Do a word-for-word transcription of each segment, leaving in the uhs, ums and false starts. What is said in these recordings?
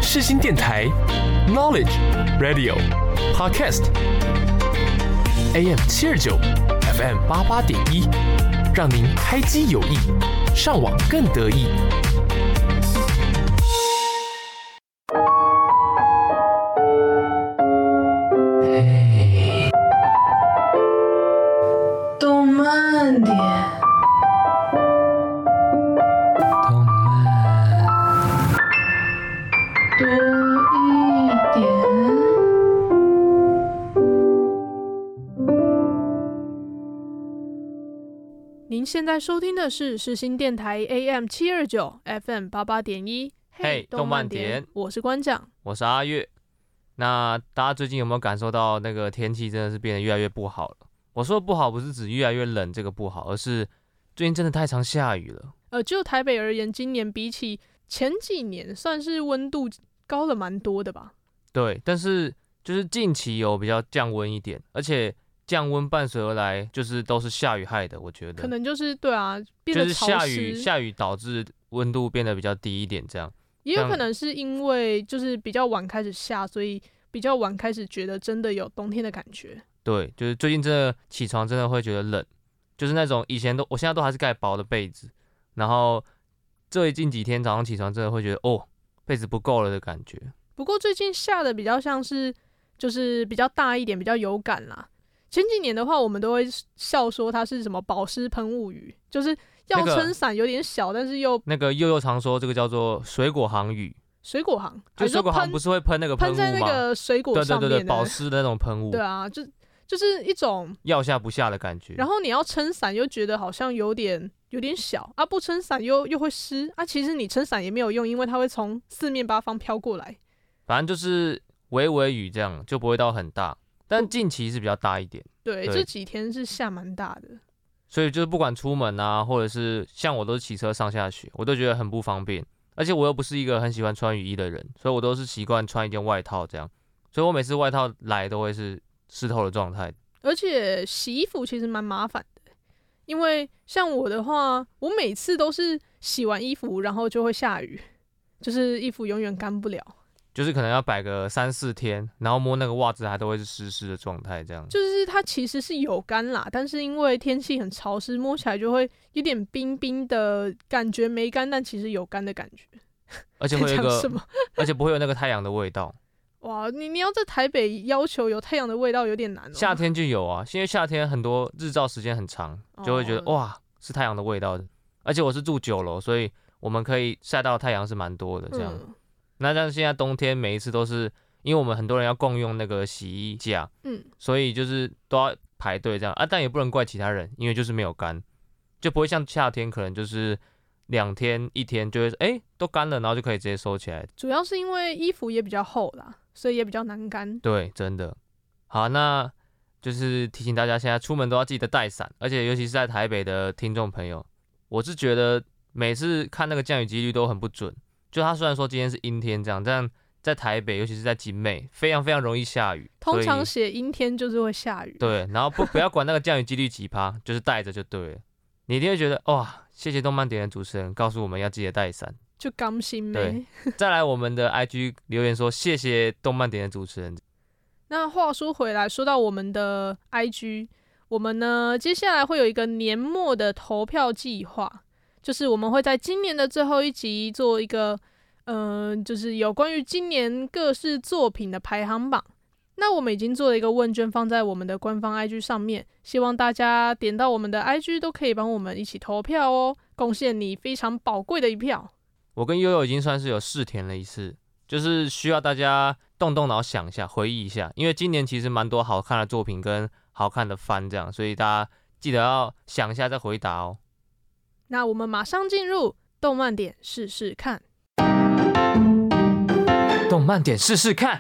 世新电台 Knowledge Radio Podcast。A M 七二九 ，F M 八八点一，让您开机有益，上网更得意。 嘿，动慢点，动慢，多一点。 您现在收听的是世新电台 A M 七二九 F M 八八点一， 嘿，动漫点， 我是关长， 我是阿月。那大家最近有没有感受到那个天气真的是变得越来越不好了？我说的不好不是指越来越冷这个不好，而是最近真的太常下雨了。 呃，就台北而言，今年比起前几年算是温度高了蛮多的吧？ 对，但是就是近期有比较降温一点，而且降温伴随而来就是都是下雨害的，我觉得可能就是对啊，变得就是潮湿， 下雨下雨导致温度变得比较低一点，这样也有可能是因为就是比较晚开始下，所以比较晚开始觉得真的有冬天的感觉。 对，就是最近真的起床真的会觉得冷，就是那种以前都我现在都还是盖薄的被子，然后最近几天早上起床真的会觉得哦被子不够了的感觉。 不过最近下的比较像是就是比较大一点，比较有感啦。前几年的话，我们都会笑说它是什么保湿喷雾雨，就是要撑伞有点小，但是又那个佑佑常说这个叫做水果行雨。 水果行， 就水果行不是会喷那个喷雾吗？ 喷在那个水果上面的， 对对对对，保湿的那种喷雾。 对啊，就就是一种要下不下的感觉。 然后你要撑伞又觉得好像有点有点小啊，不撑伞又又会湿啊。其实你撑伞也没有用，因为它会从四面八方飘过来。 反正就是微微雨这样，就不会到很大，但近期是比较大一点。 对， 对这几天是下蛮大的。 所以就是不管出门啊，或者是像我都是骑车上下学，我都觉得很不方便。而且我又不是一个很喜欢穿雨衣的人，所以我都是习惯穿一件外套这样。所以我每次外套来都会是湿透的状态。 而且洗衣服其实蛮麻烦的，因为像我的话，我每次都是洗完衣服，然后就会下雨，就是衣服永远干不了。 就是可能要摆个三四天，然后摸那个袜子还都会是湿湿的状态，这样。 就是它其实是有干啦，但是因为天气很潮湿，摸起来就会有点冰冰的感觉，没干，但其实有干的感觉。 而且会有一个， 什么？ 而且不会有那个太阳的味道。 哇，你你要在台北要求有太阳的味道有点难哦。 夏天就有啊，因为夏天很多日照时间很长，就会觉得、哦、哇是太阳的味道的。而且我是住九楼，所以我们可以晒到太阳是蛮多的这样。嗯，那像现在冬天每一次都是，因为我们很多人要共用那个洗衣架，嗯，所以就是都要排队这样啊，但也不能怪其他人，因为就是没有干，就不会像夏天可能就是两天一天就会哎、欸、都干了，然后就可以直接收起来。 主要是因为衣服也比较厚啦，所以也比较难干。 对，真的。好，那就是提醒大家现在出门都要记得带伞，而且尤其是在台北的听众朋友，我是觉得每次看那个降雨几率都很不准。就他虽然说今天是阴天这样，但在台北，尤其是在景美，非常非常容易下雨。 通常写阴天就是会下雨。 对，然后不不要管那个降雨几率几趴，就是带着就对了。你一定会觉得哇，谢谢动漫点的主持人告诉我们要记得带伞， 就甘心对。再来我们的 I G 留言说谢谢动漫点的主持人。 那话说回来，说到我们的 I G， 我们呢接下来会有一个年末的投票计划。就是我们会在今年的最后一集做一个，嗯、呃，就是有关于今年各式作品的排行榜。那我们已经做了一个问卷放在我们的官方 I G 上面，希望大家点到我们的 I G 都可以帮我们一起投票哦，贡献你非常宝贵的一票。 我跟悠悠已经算是有试填了一次，就是需要大家动动脑想一下，回忆一下，因为今年其实蛮多好看的作品跟好看的番这样，所以大家记得要想一下再回答哦。 那我们马上进入动漫点试试看。 动漫点试试看。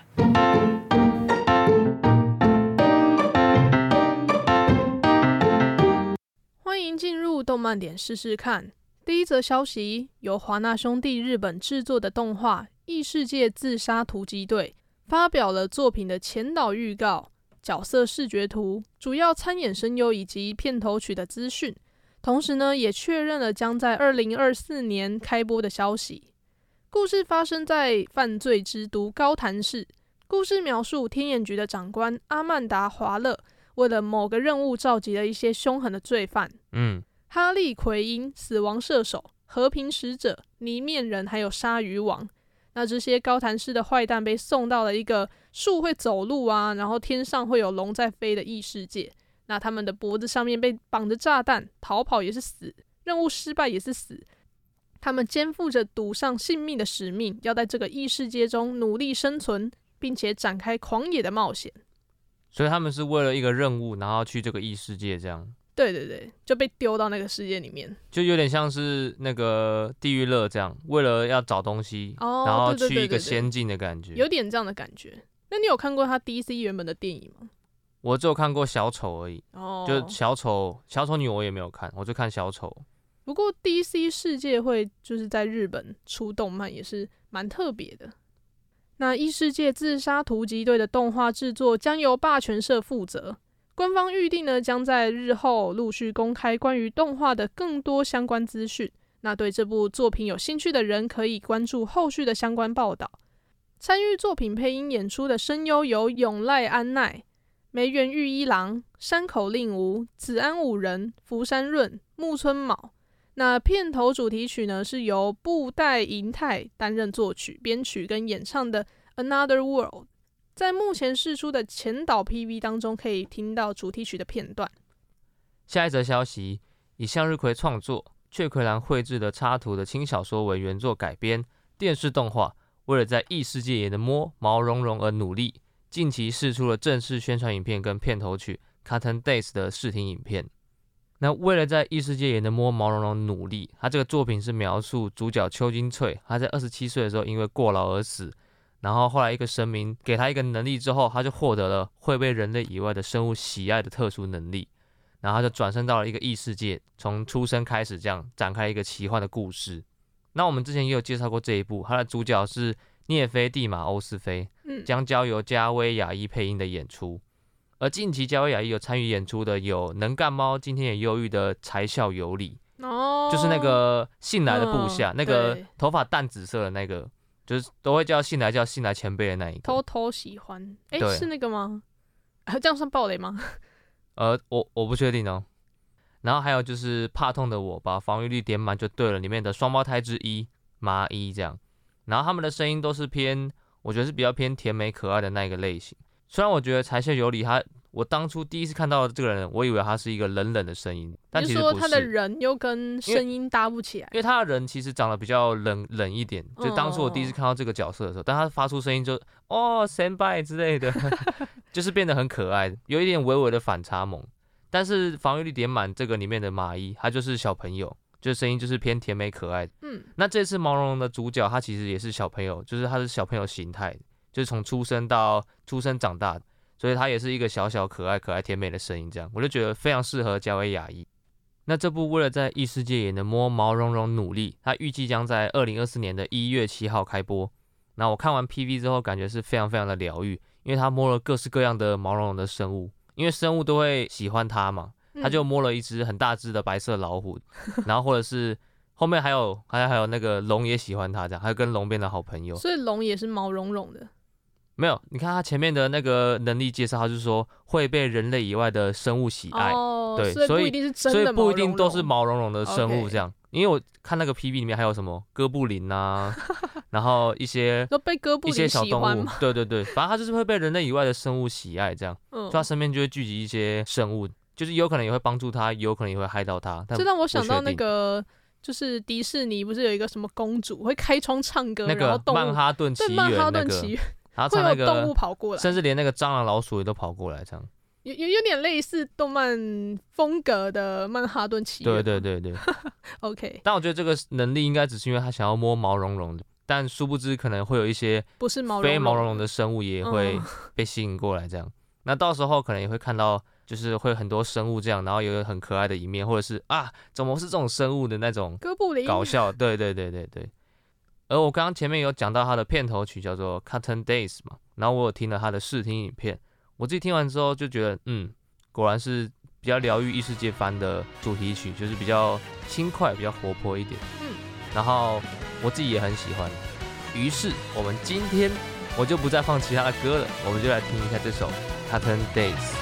欢迎进入动漫点试试看。第一则消息，由华纳兄弟日本制作的动画《异世界自杀突击队》发表了作品的前导预告、角色视觉图、主要参演声优以及片头曲的资讯。同时呢，也确认了将在二零二四年开播的消息。 故事发生在犯罪之都高谭市。故事描述天眼局的长官阿曼达·华勒为了某个任务召集了一些凶狠的罪犯，嗯，哈利·奎因、死亡射手、和平使者、泥面人还有鲨鱼王。那这些高谭市的坏蛋被送到了一个树会走路啊，然后天上会有龙在飞的异世界。那他们的脖子上面被绑着炸弹，逃跑也是死，任务失败也是死。他们肩负着赌上性命的使命，要在这个异世界中努力生存，并且展开狂野的冒险。 所以他们是为了一个任务，然后去这个异世界这样。 对对对，就被丢到那个世界里面， 就有点像是那个地狱乐这样，为了要找东西，哦、然后去一个仙境的感觉， 对对对对对，有点这样的感觉。那你有看过他 D C 原本的电影吗？ 我只有看过小丑而已，哦，就小丑，小丑女我也没有看，我就看小丑。 不过 D C 世界会就是在日本出动漫也是蛮特别的。那异世界自杀突击队的动画制作将由霸权社负责。官方预定呢，将在日后陆续公开关于动画的更多相关资讯。那对这部作品有兴趣的人，可以关注后续的相关报道。参与作品配音演出的声优有永濑安奈、梅原裕一郎、山口令吾、子安五人、福山润、木村卯。那片头主题曲呢，是由布袋银太担任作曲、编曲跟演唱的 Another World。在目前释出的前导 P V 当中，可以听到主题曲的片段。 下一则消息，以向日葵创作、雀葵兰绘制的插图的轻小说为原作改编，电视动画为了在异世界也能摸毛茸茸而努力，近期释出了正式宣传影片跟片头曲 Cotton Days 的试听影片。那为了在异世界也能摸毛茸茸努力，他这个作品是描述主角邱金翠，他在二十七岁的时候因为过劳而死。然后后来一个神明给他一个能力之后，他就获得了会被人类以外的生物喜爱的特殊能力，然后他就转身到了一个异世界，从出生开始这样展开一个奇幻的故事。那我们之前也有介绍过这一部，它的主角是聂菲蒂玛欧斯菲，将交由加威亚伊配音的演出。而近期加威亚伊有参与演出的有能干猫今天也忧郁的柴孝有里，哦，就是那个信来的部下，嗯、那个头发淡紫色的那个。就是都会叫信来叫信来前辈的那一个， 偷偷喜欢，哎、欸，是那个吗？啊、这样算暴雷吗？ 呃，我我不确定哦。然后还有就是怕痛的我把防御力点满就对了，里面的双胞胎之一麻衣这样，然后他们的声音都是偏，我觉得是比较偏甜美可爱的那一个类型。虽然我觉得柴孝有里他，我当初第一次看到这个人，我以为他是一个冷冷的声音，但其实不是。 你说他的人又跟声音搭不起来， 因为他的人其实长得比较冷冷一点。就当初我第一次看到这个角色的时候，哦、但他发出声音就哦senpai之类的，就是变得很可爱，有一点微微的反差萌。但是防御力点满这个里面的麻衣，他就是小朋友，就是声音就是偏甜美可爱的。嗯，那这次毛茸茸的主角他其实也是小朋友，就是他是小朋友形态，就是从出生到出生长大的。所以他也是一个小小可爱可爱甜美的声音，这样我就觉得非常适合加威亚伊。那这部为了在异世界也能摸毛茸茸努力，它预计将在二零二四年的一月七号开播。那我看完 P V 之后，感觉是非常非常的疗愈，因为他摸了各式各样的毛茸茸的生物，因为生物都会喜欢他嘛，他就摸了一只很大只的白色老虎，嗯、然后或者是后面还有还有还有那个龙也喜欢他，这样还有跟龙变成好朋友。 所以龙也是毛茸茸的。 没有，你看他前面的那个能力介绍，他就是说会被人类以外的生物喜爱， 哦、 对， 所以不一定是真的毛茸茸， 所以不一定都是毛茸茸的生物这样。Okay. 因为我看那个 P V 里面还有什么哥布林啊，然后一些都被哥布林一些小动物，对对对，反正他就是会被人类以外的生物喜爱这样，嗯，所以他身边就会聚集一些生物，就是有可能也会帮助他，有可能也会害到他。 这让我想到那个。就是迪士尼不是有一个什么公主会开窗唱歌， 那个然后动物曼哈顿奇缘， 曼哈顿奇缘。 然后唱那个会有动物跑过来， 甚至连那个蟑螂、老鼠也都跑过来，这样有有有点类似动漫风格的曼哈顿奇缘。 对对对对 ，OK。 但我觉得这个能力应该只是因为他想要摸毛茸茸的，但殊不知可能会有一些不是毛非毛茸茸的生物也会被吸引过来，这样。嗯、那到时候可能也会看到，就是会很多生物这样，然后有很可爱的一面，或者是啊，怎么是这种生物的那种哥布林搞笑？对对对对对。而我刚刚前面有讲到他的片头曲叫做 Cotton Days 嘛，然后我有听了他的试听影片，我自己听完之后就觉得，嗯，果然是比较疗愈异世界番的主题曲，就是比较轻快、比较活泼一点。嗯，然后我自己也很喜欢， 于是我们今天我就不再放其他的歌了，我们就来听一下这首 Cotton Days。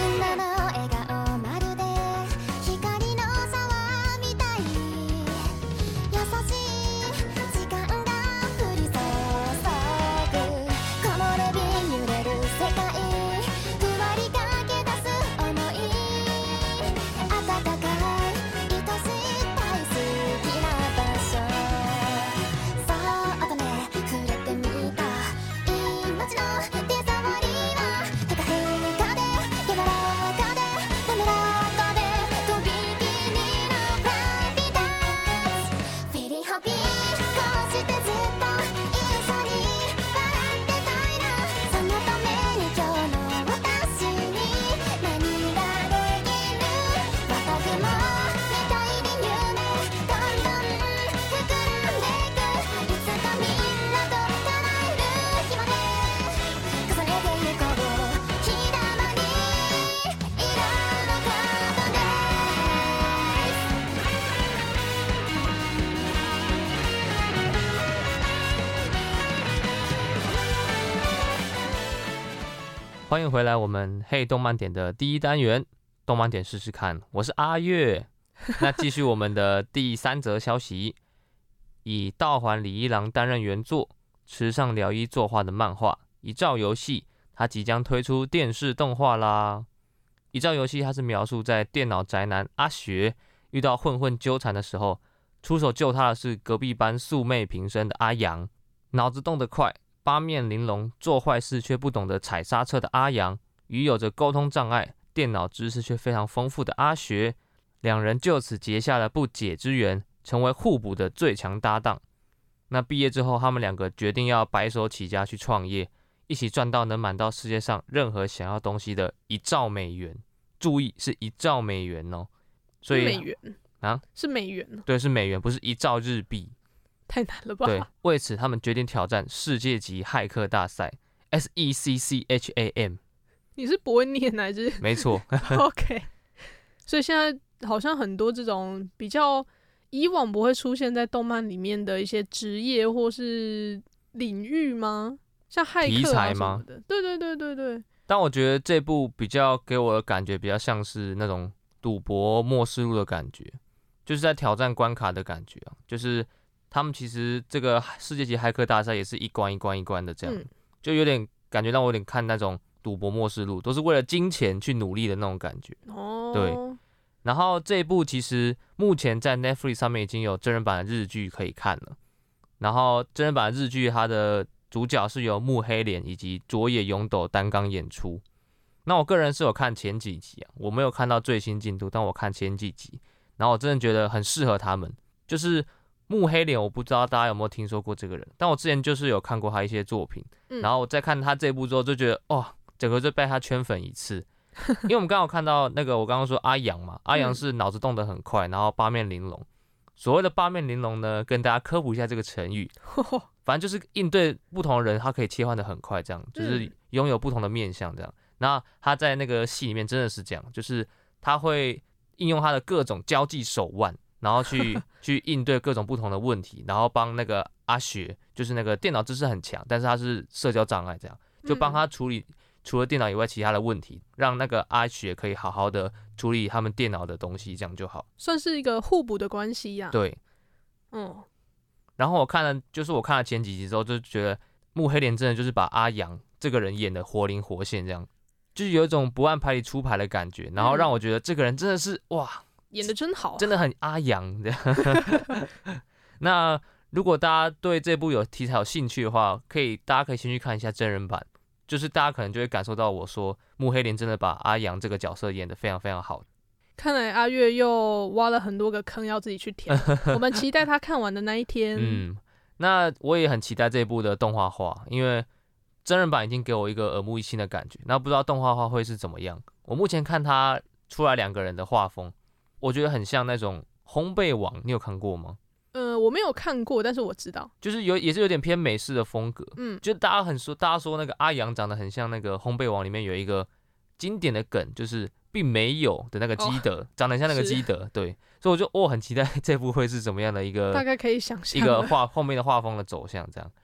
欢迎回来，我们嘿动漫点的第一单元，动漫点试试看，我是阿月。那继续我们的第三则消息，以道环李一郎担任原作，池上辽一作画的漫画《一兆游戏》，它即将推出电视动画啦。《一兆游戏》它是描述在电脑宅男阿学遇到混混纠缠的时候，出手救他的是隔壁班素昧平生的阿阳，脑子动得快，八面玲珑，做坏事却不懂得踩刹车的阿阳，与有着沟通障碍、电脑知识却非常丰富的阿学，两人就此结下了不解之缘，成为互补的最强搭档。那毕业之后，他们两个决定要白手起家去创业，一起赚到能买到世界上任何想要东西的一兆美元。注意，是一兆美元哦，所以美元啊， 是美元， 对，是美元，不是一兆日币。 太难了吧？ 对，为此他们决定挑战世界级骇客大赛 S E C C H A M。 你是不会念还是？ 没错。 OK。所以现在好像很多这种比较以往不会出现在动漫里面的一些职业或是领域吗？像骇客啊什么的。对对对对对。 但我觉得这部比较给我的感觉比较像是那种赌博默示录的感觉，就是在挑战关卡的感觉啊，就是他们其实这个世界级骇客大赛也是一关一关一关的这样，嗯、就有点感觉让我有点看那种赌博默示录，都是为了金钱去努力的那种感觉。哦，对。然后这一部其实目前在 Netflix 上面已经有真人版的日剧可以看了，然后真人版的日剧它的主角是由木黑莲以及佐野勇斗担纲演出。那我个人是有看前几集啊，我没有看到最新进度，但我看前几集，然后我真的觉得很适合他们。就是木黑莲，我不知道大家有没有听说过这个人，但我之前就是有看过他一些作品，嗯、然后我再看他这部之后就觉得，哦，整个就被他圈粉一次。因为我们刚好看到那个，我刚刚说阿阳嘛，阿阳是脑子动得很快，然后八面玲珑。所谓的八面玲珑呢，跟大家科普一下这个成语，反正就是应对不同的人，他可以切换得很快，这样就是拥有不同的面向这样。那他在那个戏里面真的是这样，就是他会应用他的各种交际手腕，然后去去应对各种不同的问题，然后帮那个阿学，就是那个电脑知识很强，但是他是社交障碍这样，就帮他处理。嗯除了电脑以外，其他的问题，让那个阿学可以好好的处理他们电脑的东西，这样就好， 算是一个互补的关系呀、啊。 对，嗯。然后我看了，就是我看了前几集之后，就觉得木黑莲真的就是把阿阳这个人演的活灵活现，这样就是有一种不按牌理出牌的感觉，然后让我觉得这个人真的是哇， 演的真好、啊， 真的很阿阳这样。那如果大家对这部有题材有兴趣的话，可以大家可以先去看一下真人版。就是大家可能就会感受到我说木黑莲真的把阿阳这个角色演得非常非常好。 看来阿月又挖了很多个坑要自己去填，我们期待他看完的那一天。 嗯，那我也很期待这一部的动画化，因为真人版已经给我一个耳目一新的感觉，那不知道动画化会是怎么样。我目前看他出来两个人的画风，我觉得很像那种烘焙王，你有看过吗？ 呃，我没有看过，但是我知道， 就是有也是有点偏美式的风格，嗯，就大家很说，大家说那个阿阳长得很像那个烘焙王里面有一个经典的梗，就是并没有的那个基德，哦、长得很像那个基德，对，所以我就哦很期待这部会是怎么样的一个， 大概可以想象一个画后面的画风的走向这样。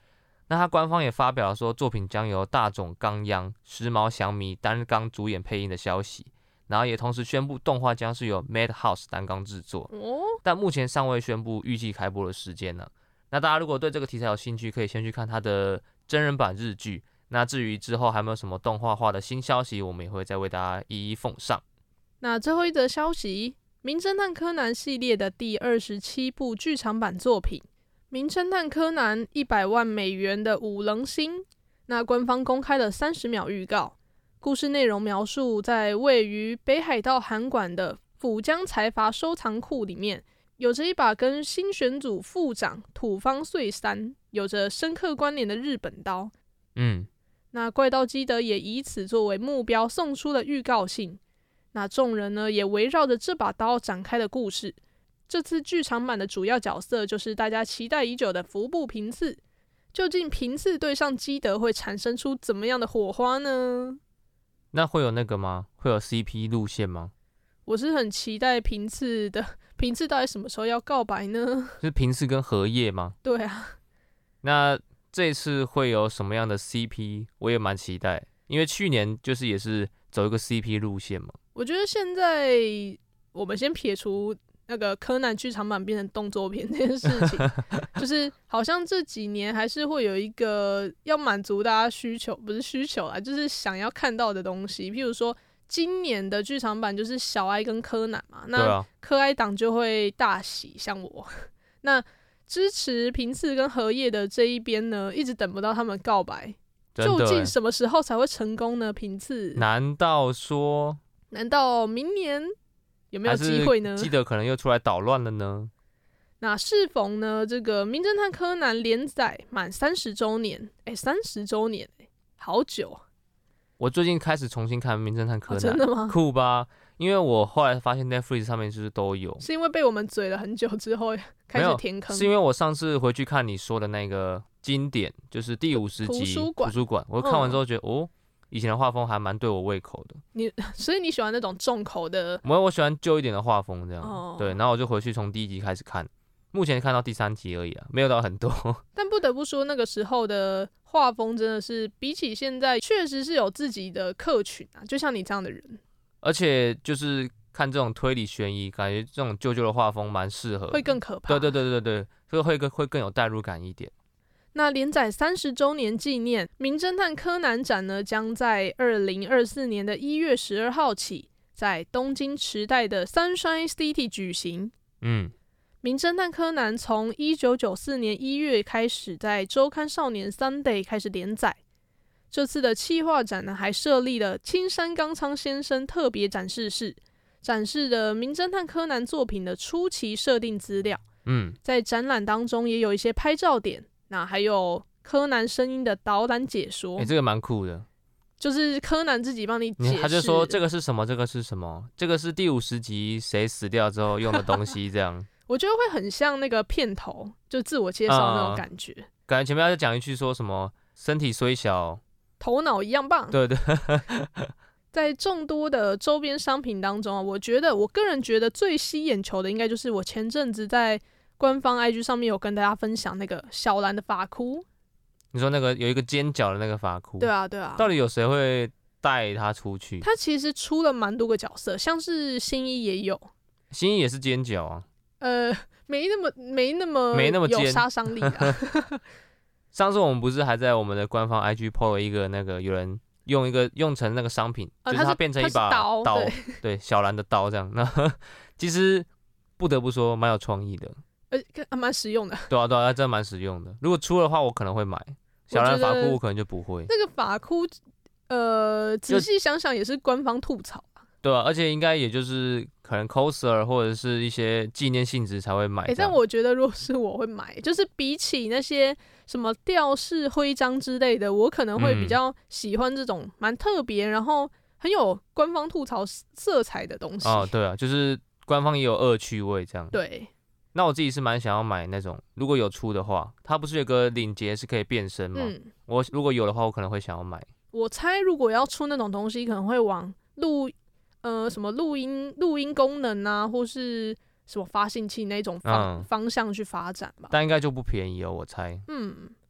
那他官方也发表了说，作品将由大冢刚央、时髦祥弥担纲主演配音的消息，然后也同时宣布动画将是由 Madhouse 担纲制作， 哦， 但目前尚未宣布预计开播的时间呢。那大家如果对这个题材有兴趣，可以先去看它的真人版日剧。那至于之后还有没有什么动画化的新消息，我们也会再为大家一一奉上。 那最后一则消息，名侦探柯南系列的第二十七部剧场版作品《名侦探柯南一百万美元的五棱星》，那官方公开了三十秒预告。故事内容描述，在位于北海道函馆的府江财阀收藏库里面，有着一把跟新选组副长土方岁三有着深刻关联的日本刀。 嗯， 那怪盗基德也以此作为目标送出了预告信。那众人呢也围绕着这把刀展开了故事。这次剧场版的主要角色就是大家期待已久的服部平次。究竟平次对上基德会产生出怎么样的火花呢？ 那会有那个吗？会有 C P 路线吗？ 我是很期待平次的，平次到底什么时候要告白呢？ 是平次跟荷叶吗？ 对啊。 那这次会有什么样的 C P？ 我也蛮期待，因为去年就是也是走一个 C P 路线嘛。 我觉得现在我们先撇除那个柯南剧场版变成动作片这件事情，就是好像这几年还是会有一个要满足大家需求，不是需求啦，就是想要看到的东西。譬如说今年的剧场版就是小哀跟柯南嘛，那柯哀党就会大喜，像我。那支持平次跟荷叶的这一边呢，一直等不到他们告白，究竟什么时候才会成功呢？平次难道说？ 难道明年有没有机会呢？ 基德可能又出来捣乱了呢？ 那适逢呢这个《名侦探柯南》连载满三十周年，哎，三十周年，哎，好久。 我最近开始重新看《名侦探柯南》， 哦，真的吗？ 酷吧？因为我后来发现 Netflix 上面就是都有， 是因为被我们嘴了很久之后开始填坑。 是因为我上次回去看你说的那个经典，就是第五十集图书馆， 图书馆，我看完之后觉得，嗯、哦。以前的画风还蛮对我胃口的， 你所以你喜欢那种重口的？ 我我喜欢旧一点的画风，这样、 哦、 对。然后我就回去从第一集开始看，目前看到第三集而已啊，没有到很多。 但不得不说，那个时候的画风真的是比起现在，确实是有自己的客群啊，就像你这样的人。 而且就是看这种推理悬疑，感觉这种旧旧的画风蛮适合， 会更可怕。 对对对对对，所以会更会更有代入感一点。 那连载三十周年纪念《名侦探柯南》展呢，将在二零二四年的一月十二号起，在东京池袋的 Sunshine City 举行。 嗯，《 名侦探柯南》从一九九四年一月开始在周刊少年 Sunday 开始连载。这次的企划展呢，还设立了青山刚昌先生特别展示室，展示的《名侦探柯南》作品的初期设定资料。 嗯， 在展览当中也有一些拍照点。那还有柯南声音的导览解说， 哎、欸，这个蛮酷的， 就是柯南自己帮你解释， 他就说这个是什么，这个是什么，这个是第五十集谁死掉之后用的东西，这样。 我觉得会很像那个片头，就自我介绍那种感觉。嗯、 感觉前面要讲一句说什么身体虽小， 头脑一样棒。 对对。 在众多的周边商品当中啊，我觉得我个人觉得最吸眼球的，应该就是我前阵子在官方 I G 上面有跟大家分享那个小兰的发箍。 你说那个有一个尖角的那个发箍？ 对啊，对啊。 到底有谁会带他出去？ 他其实出了蛮多个角色，像是新一也有。 新一也是尖角啊？ 呃，没那么没那么没那么有杀伤力啊。 上次我们不是还在我们的官方 I G po 了一个那个有人用一个用成那个商品， 呃、 就是它变成一把刀， 刀对, 对小兰的刀这样。那其实不得不说蛮有创意的。 呃，蛮实用的。 对啊，对啊，真的蛮实用的。如果出的话，我可能会买。小兰发箍我可能就不会。 那个发箍，呃，仔细想想也是官方吐槽啊。 对啊，而且应该也就是可能 coser 或者是一些纪念性质才会买。 欸，但我觉得如果是我会买，就是比起那些什么吊饰、徽章之类的，我可能会比较喜欢这种蛮特别，然后很有官方吐槽色彩的东西。 哦，对啊，就是官方也有恶趣味这样。 对。 那我自己是蛮想要买那种，如果有出的话，它不是有个领结是可以变身吗？嗯，我如果有的话，我可能会想要买。 我猜如果要出那种东西，可能会往录呃什么录音录音功能啊，或是什么发信器那种方、嗯、方向去发展吧。 但应该就不便宜哦，我猜。 嗯，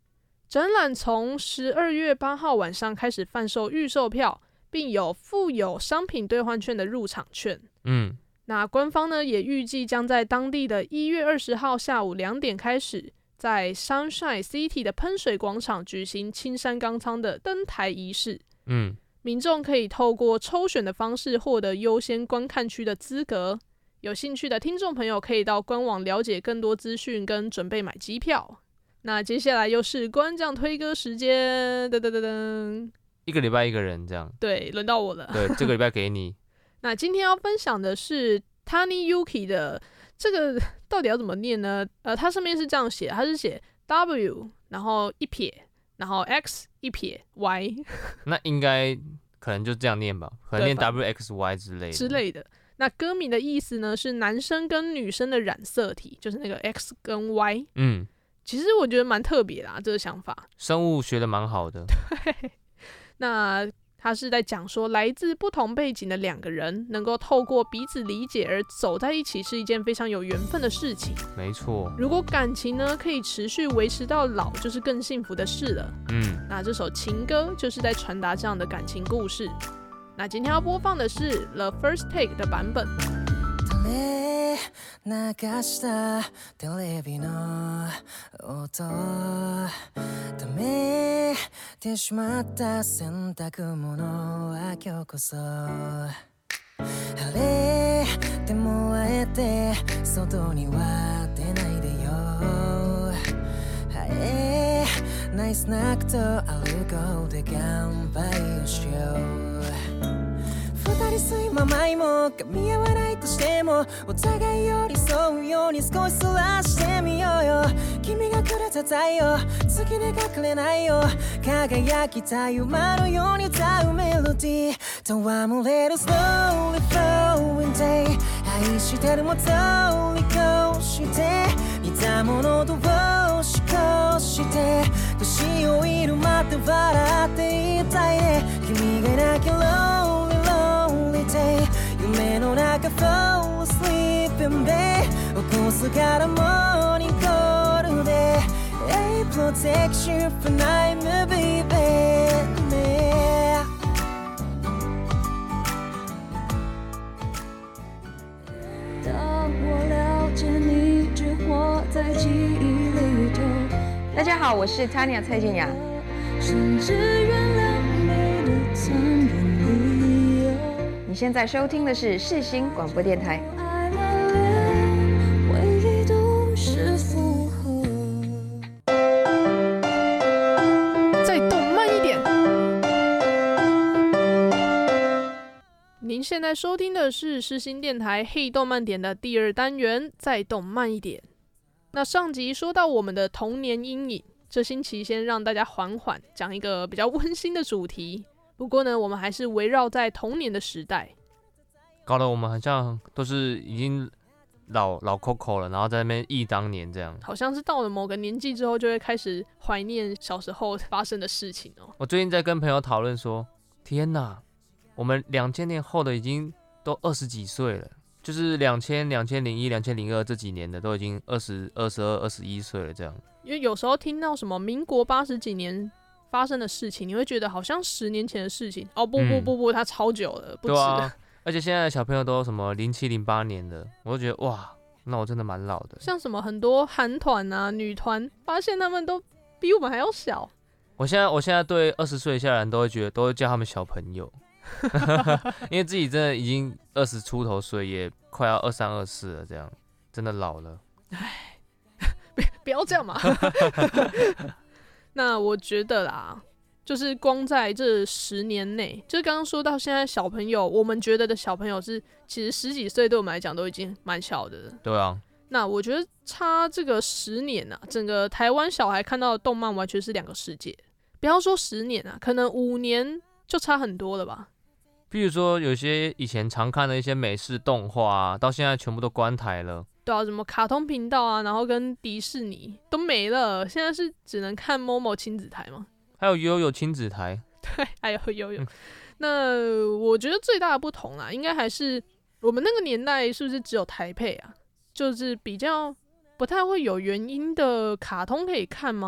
展览从十二月八号晚上开始贩售预售票，并有附有商品兑换券的入场券。 嗯， 那官方呢也预计将在当地的一月二十号下午两点开始，在 Sunshine City 的喷水广场举行青山刚仓的登台仪式。 嗯， 民众可以透过抽选的方式获得优先观看区的资格。有兴趣的听众朋友可以到官网了解更多资讯跟准备买机票。那接下来又是官将推歌时间，噔噔噔噔， 一个礼拜一个人这样。 对，轮到我了。 对，这个礼拜给你。 那今天要分享的是 Tani Yuki 的这个到底要怎么念呢？呃，它上面是这样写，它是写 W， 然后一撇，然后 X 一撇 Y。 那应该可能就这样念吧，可能念 W X Y 之类的之类的。那歌名的意思呢是男生跟女生的染色体，就是那个 X 跟 Y。 嗯。 其实我觉得蛮特别啦，这个想法。 生物学的蛮好的。 对，那他是在讲说，来自不同背景的两个人能够透过彼此理解而走在一起，是一件非常有缘分的事情。 没错。 如果感情呢可以持续维持到老，就是更幸福的事了。 嗯， 那这首情歌就是在传达这样的感情故事。那今天要播放的是 The First Take 的版本。 流したテレビの音溜めてしまった洗濯物は今日こそ晴れてもあえて外には出ないでよ生えないスナックと歩こうで乾杯をしよう二人睡魔前も噛み合わないとしてもお互い寄り添うように少しそらしてみようよ君がくれた太陽月で隠れないよ輝きた馬のように歌うメロディー戯れる slowly flowing day 愛してるも通り越して似たものと押し越して年老いるまで笑っていたいね君がいなきゃ lonely lonely day 夢の中 fall asleep in bed 起こすからモーニングコールで Hey protect you for night baby baby 当我了解你只活在记忆里头大家好，我是 Tanya 蔡健雅。 甚至原谅你的残忍理由你现在收听的是世新广播电台。 爱了连回忆都是负荷再动慢一点。您现在收听的是世新电台黑动漫点的第二单元，再动慢一点。那上集说到我们的童年阴影，这星期先让大家缓缓，讲一个比较温馨的主题。不过呢，我们还是围绕在童年的时代， 搞得我们好像都是已经老老 Coco 了，然后在那边忆当年这样。 好像是到了某个年纪之后，就会开始怀念小时候发生的事情哦。 我最近在跟朋友讨论说，天哪，我们两千年后的已经都二十几岁了。就是两千、两千零一、两千零二这几年的都已经二十二、十二、二十一岁了，这样。 因为有时候听到什么民国八十几年发生的事情，你会觉得好像十年前的事情。哦，不不不不，它超久了，不止。 对啊，而且现在的小朋友都什么零七、零八年的，我就觉得哇，那我真的蛮老的。 像什么很多韩团啊、女团，发现他们都比我们还要小。 我现在我现在对二十岁以下的人都会觉得，都会叫他们小朋友。因为自己真的已经二十出头岁，也快要二三二四了，这样真的老了。 唉，不要这样嘛。那我觉得啦，就是光在这十年内，就是刚刚说到现在小朋友，我们觉得的小朋友是，其实十几岁对我们来讲都已经蛮小的了。 对啊。 那我觉得差这个十年啊，整个台湾小孩看到的动漫完全是两个世界。不要说十年啊，可能五年就差很多了吧。 比如说有些以前常看的一些美式动画啊，到现在全部都关台了。 对啊，什么卡通频道啊，然后跟迪士尼都没了，现在是只能看 Momo 亲子台吗？ 还有悠悠亲子台。 对，还有悠悠。那我觉得最大的不同啦，应该还是我们那个年代是不是只有台配啊？就是比较不太会有原因的卡通可以看吗？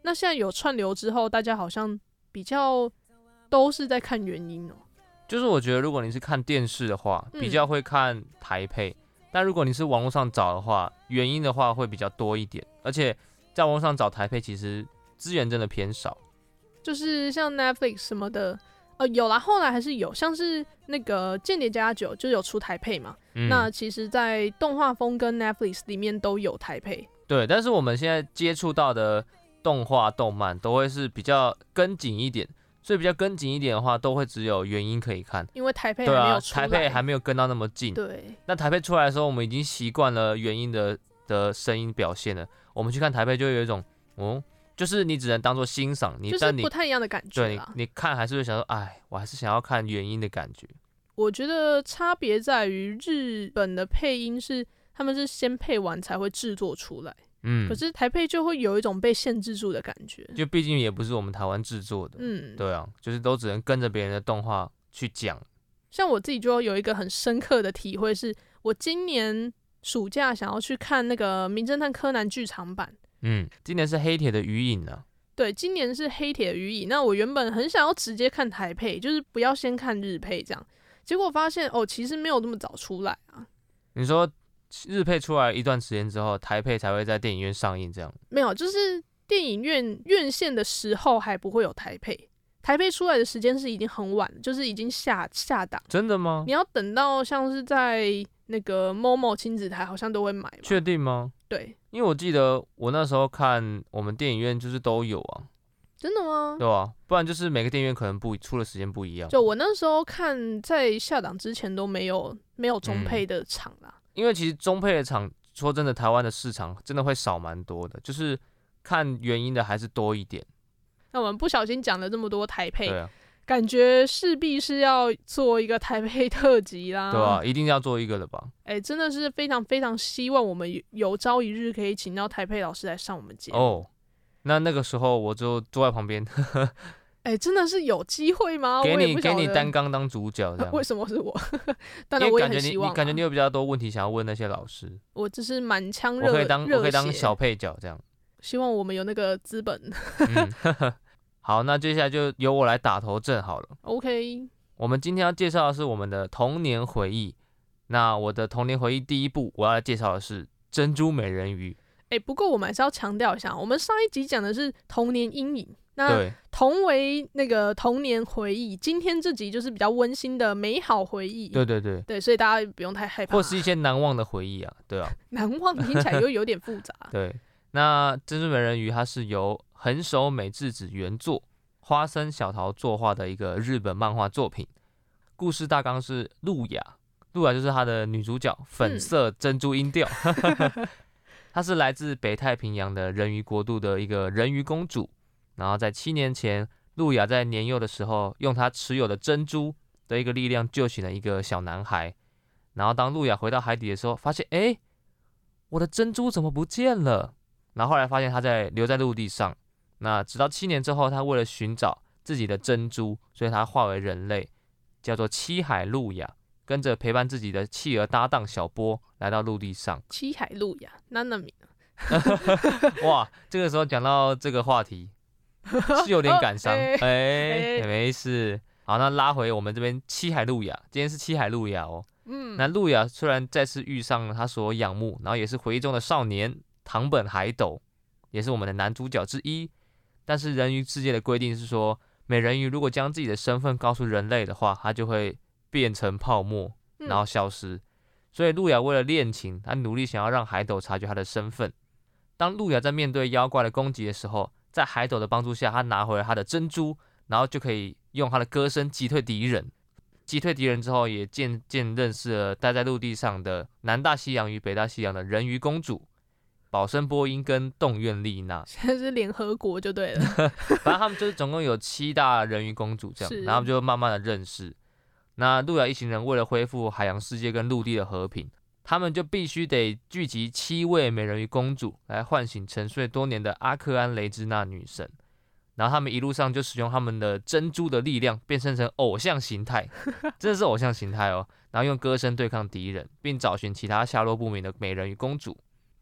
那现在有串流之后，大家好像比较都是在看原音哦。 就是我觉得，如果你是看电视的话，比较会看台配；嗯、但如果你是网络上找的话，原音的话会比较多一点。而且在网络上找台配，其实资源真的偏少。 就是像 Netflix 什么的，呃，有啦，后来还是有，像是那个《间谍加九》就有出台配嘛。嗯、那其实，在动画风跟 Netflix 里面都有台配。 对，但是我们现在接触到的动画、动漫都会是比较跟紧一点。所以比较跟紧一点的话，都会只有原音可以看， 因为台配还没有出来， 对啊，台配还没有跟到那么近。 对， 那台配出来的时候，我们已经习惯了原音的的声音表现了。我们去看台配，就会有一种，哦，就是你只能当做欣赏，你就是不太一样的感觉啦。对，你你看还是会想说，哎，我还是想要看原音的感觉。 我觉得差别在于日本的配音是他们是先配完才会制作出来。嗯，可是台配就会有一种被限制住的感觉， 就毕竟也不是我们台湾制作的，嗯，对啊，就是都只能跟着别人的动画去讲。 像我自己就有一个很深刻的体会是，我今年暑假想要去看那个《名侦探柯南》剧场版， 嗯，今年是黑铁的鱼影啊， 对，今年是黑铁的鱼影。那我原本很想要直接看台配，就是不要先看日配这样，结果发现哦，其实没有那么早出来啊。 你说？日配出来一段时间之后，台配才会在电影院上映，这样没有，就是电影院院线的时候还不会有台配，台配出来的时间是已经很晚，就是已经下下档。 真的吗？ 你要等到像是在那个 Momo 亲子台，好像都会买。 确定吗？ 对， 因为我记得我那时候看我们电影院就是都有啊。 真的吗？ 对啊，不然就是每个电影院可能不出的时间不一样。 就我那时候看，在下档之前都没有没有中配的场啦。嗯， 因为其实中配的场，说真的，台湾的市场真的会少蛮多的，就是看原因的还是多一点。 那我们不小心讲了这么多台配， 对啊， 感觉势必是要做一个台配特辑啦。 对啊，一定要做一个的吧？ 哎、欸，真的是非常非常希望我们有朝一日可以请到台配老师来上我们节目。 哦，那那个时候我就坐在旁边。 哎、欸，真的是有机会吗？ 给你我给你担纲当主角这样。 为什么是我？当然我也很希望、啊。 你感觉你有比较多问题想要问那些老师。 我只是满腔热， 我可以当我可以当小配角这样。 希望我们有那个资本。 嗯，呵呵，好，那接下来就由我来打头阵好了。 OK。 我们今天要介绍的是我们的童年回忆。那我的童年回忆第一部，我要来介绍的是《珍珠美人鱼》。 哎、欸，不过我们还是要强调一下，我们上一集讲的是童年阴影。那同为那个童年回忆，今天这集就是比较温馨的美好回忆。 对对对对，所以大家不用太害怕， 或是一些难忘的回忆啊，对啊。 难忘听起来又有点复杂。 对，那《珍珠美人鱼》它是由横手美智子原作，花生小桃作画的一个日本漫画作品。故事大纲是露雅，露雅就是她的女主角，粉色珍珠音调。嗯、她是来自北太平洋的人鱼国度的一个人鱼公主。然后在七年前，露雅在年幼的时候，用她持有的珍珠的一个力量救醒了一个小男孩。然后当露雅回到海底的时候，发现，哎，我的珍珠怎么不见了？然后后来发现她在留在陆地上。那直到七年之后，她为了寻找自己的珍珠，所以她化为人类，叫做七海露雅，跟着陪伴自己的企鹅搭档小波来到陆地上。 七海露雅，那那米。 哇，这个时候讲到这个话题。是有点感伤，哎、欸欸，没事。好，那拉回我们这边七海露雅，今天是七海露雅哦。嗯，那露雅虽然再次遇上了她所仰慕，然后也是回忆中的少年堂本海斗，也是我们的男主角之一。但是人鱼世界的规定是说，美人鱼如果将自己的身份告诉人类的话，她就会变成泡沫，然后消失。嗯、所以露雅为了恋情，她努力想要让海斗察觉她的身份。当露雅在面对妖怪的攻击的时候，在海斗的帮助下，他拿回了他的珍珠，然后就可以用他的歌声击退敌人。击退敌人之后，也渐渐认识了待在陆地上的南大西洋与北大西洋的人鱼公主保生波音跟洞院丽娜。 现在是联合国就对了。 反正他们就是总共有七大人鱼公主这样，然后就慢慢的认识。那露雅一行人为了恢复海洋世界跟陆地的和平，他们就必须得聚集七位美人鱼公主来唤醒沉睡多年的阿克安雷兹娜女神，然后他们一路上就使用他们的珍珠的力量变身成偶像形态，真的是偶像形态哦，然后用歌声对抗敌人，并找寻其他下落不明的美人鱼公主。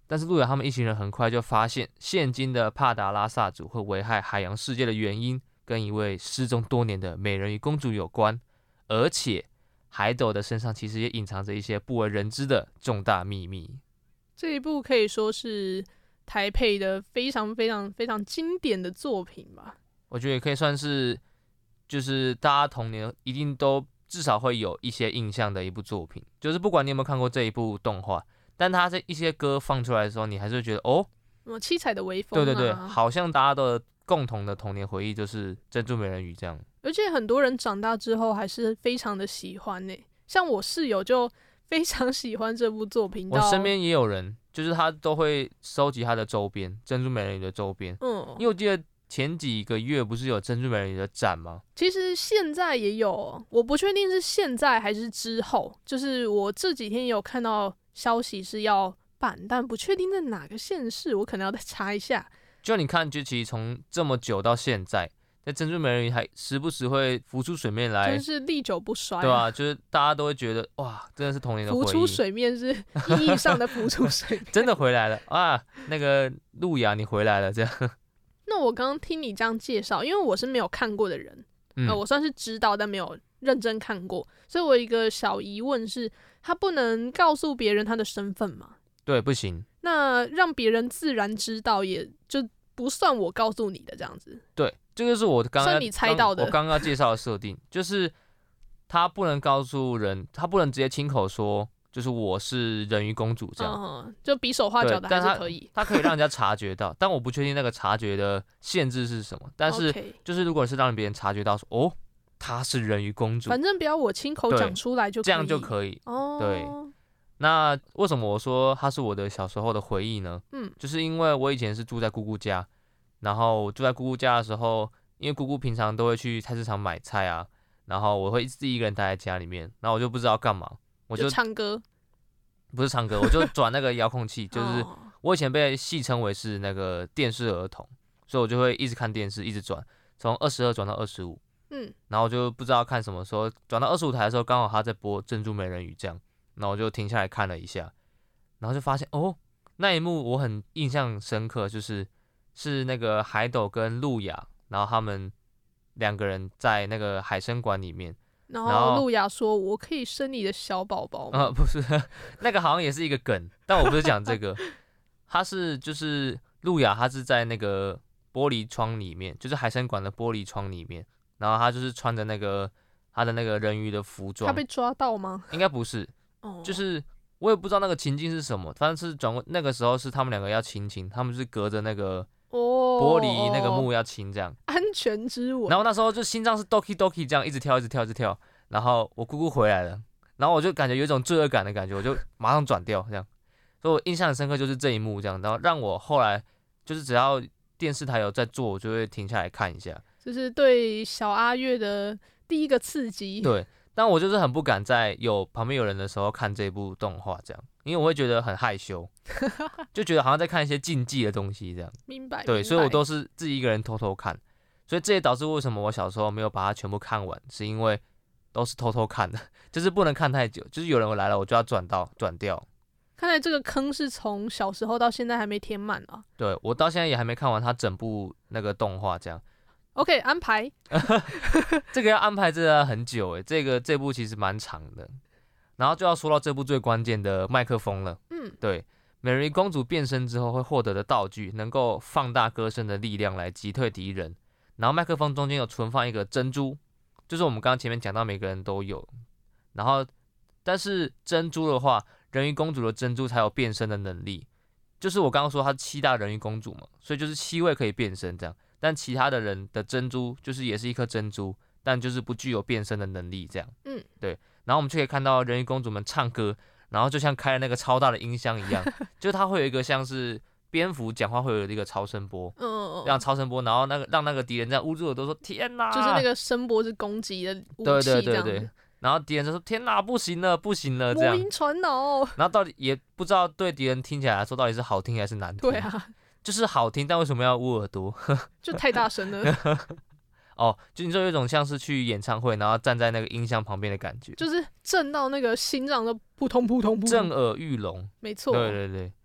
但是路亚他们一行人很快就发现，现今的帕达拉萨族会危害海洋世界的原因，跟一位失踪多年的美人鱼公主有关，而且海斗的身上其实也隐藏着一些不为人知的重大秘密。 这一部可以说是台配的非常非常非常经典的作品吧。 我觉得也可以算是，就是大家童年一定都至少会有一些印象的一部作品。就是不管你有没有看过这一部动画，但它这一些歌放出来的时候，你还是会觉得哦， 什么七彩的微风、啊， 对对对，好像大家的共同的童年回忆就是珍珠美人鱼这样。 而且很多人长大之后还是非常的喜欢呢，像我室友就非常喜欢这部作品。 我身边也有人，就是他都会收集他的周边，珍珠美人鱼的周边。嗯，因为我记得前几个月不是有珍珠美人鱼的展吗？ 其实现在也有，我不确定是现在还是之后。就是我这几天有看到消息是要办，但不确定在哪个县市，我可能要再查一下。 就你看，就其实从这么久到现在，那珍珠美人鱼还时不时会浮出水面来， 真是历久不衰、啊。 对啊，就是大家都会觉得哇，真的是童年的回忆。 浮出水面是意义上的浮出水面， 真的回来了啊！那个路亚，你回来了，这样。 那我刚刚听你这样介绍，因为我是没有看过的人， 嗯呃、我算是知道，但没有认真看过，所以我有一个小疑问是，他不能告诉别人他的身份吗？ 对，不行。 那让别人自然知道，也就不算我告诉你的这样子。 对，这个是我刚刚你猜到的。 我刚刚介绍的设定，就是他不能告诉人，他不能直接亲口说，就是我是人鱼公主这样， 嗯、就比手画脚的还是可以。 他, 他可以让人家察觉到，但我不确定那个察觉的限制是什么。但是就是如果是让别人察觉到说，哦，她是人鱼公主， 反正不要我亲口讲出来就可以， 这样就可以。哦，对。那为什么我说它是我的小时候的回忆呢？嗯，就是因为我以前是住在姑姑家，然后我住在姑姑家的时候，因为姑姑平常都会去菜市场买菜啊，然后我会自己一个人待在家里面，然后我就不知道干嘛，我 就, 就唱歌， 不是唱歌，我就转那个遥控器，就是我以前被戏称为是那个电视儿童，所以我就会一直看电视，一直转，从二十二转到二十五，嗯，然后就不知道看什么时候转到二十五台的时候，刚好他在播珍珠美人鱼这样。然后我就停下来看了一下，然后就发现哦，那一幕我很印象深刻，就是是那个海斗跟路亚，然后他们两个人在那个海参馆里面， 然后路亚说：“我可以生你的小宝宝吗？” 呃，不是，那个好像也是一个梗，但我不是讲这个，他是就是路亚，他是在那个玻璃窗里面，就是海参馆的玻璃窗里面，然后他就是穿着那个他的那个人鱼的服装， 他被抓到吗？ 应该不是。就是我也不知道那个情境是什么，反正是转过那个时候是他们两个要亲亲，他们是隔着那个玻璃那个幕要亲这样， 安全之吻。 然后那时候就心脏是 doki doki 这样一直跳一直跳一直跳，然后我姑姑回来了，然后我就感觉有一种罪恶感的感觉，我就马上转掉这样，所以我印象很深刻就是这一幕这样，然后让我后来就是只要电视台有在做，我就会停下来看一下， 就是对小阿月的第一个刺激。 对。但我就是很不敢在有旁边有人的时候看这部动画，这样，因为我会觉得很害羞，就觉得好像在看一些禁忌的东西这样。 明白。 对，所以我都是自己一个人偷偷看，所以这也导致为什么我小时候没有把它全部看完，是因为都是偷偷看的，就是不能看太久，就是有人来了我就要转到转掉。 看来这个坑是从小时候到现在还没填满啊。 对，我到现在也还没看完它整部那个动画这样。 OK， 安排。 这个要安排真的很久诶，这个这部其实蛮长的。然后就要说到这部最关键的麦克风了。嗯，对，美人鱼公主变身之后会获得的道具，能够放大歌声的力量来击退敌人。然后麦克风中间有存放一个珍珠，就是我们刚刚前面讲到每个人都有。然后，但是珍珠的话，人鱼公主的珍珠才有变身的能力。就是我刚刚说她是七大人鱼公主嘛，所以就是七位可以变身这样。但其他的人的珍珠就是也是一颗珍珠，但就是不具有变身的能力，这样。嗯，对。然后我们就可以看到人鱼公主们唱歌，然后就像开了那个超大的音箱一样，就它会有一个像是蝙蝠讲话会有一个超声波，嗯，让超声波，然后那个让那个敌人这样捂住耳朵说天哪， 就是那个声波是攻击的武器， 对对对对。然后敌人就说天哪，不行了，不行了，这样。 魔音传脑。 然后到底也不知道对敌人听起来说到底是好听还是难听。 对啊。 就是好听，但为什么要捂耳朵？ 就太大声了。 哦，就你说有一种像是去演唱会，然后站在那个音箱旁边的感觉， 就是震到那个心脏的扑通扑通扑通， 震耳欲聋。 没错。 对对对。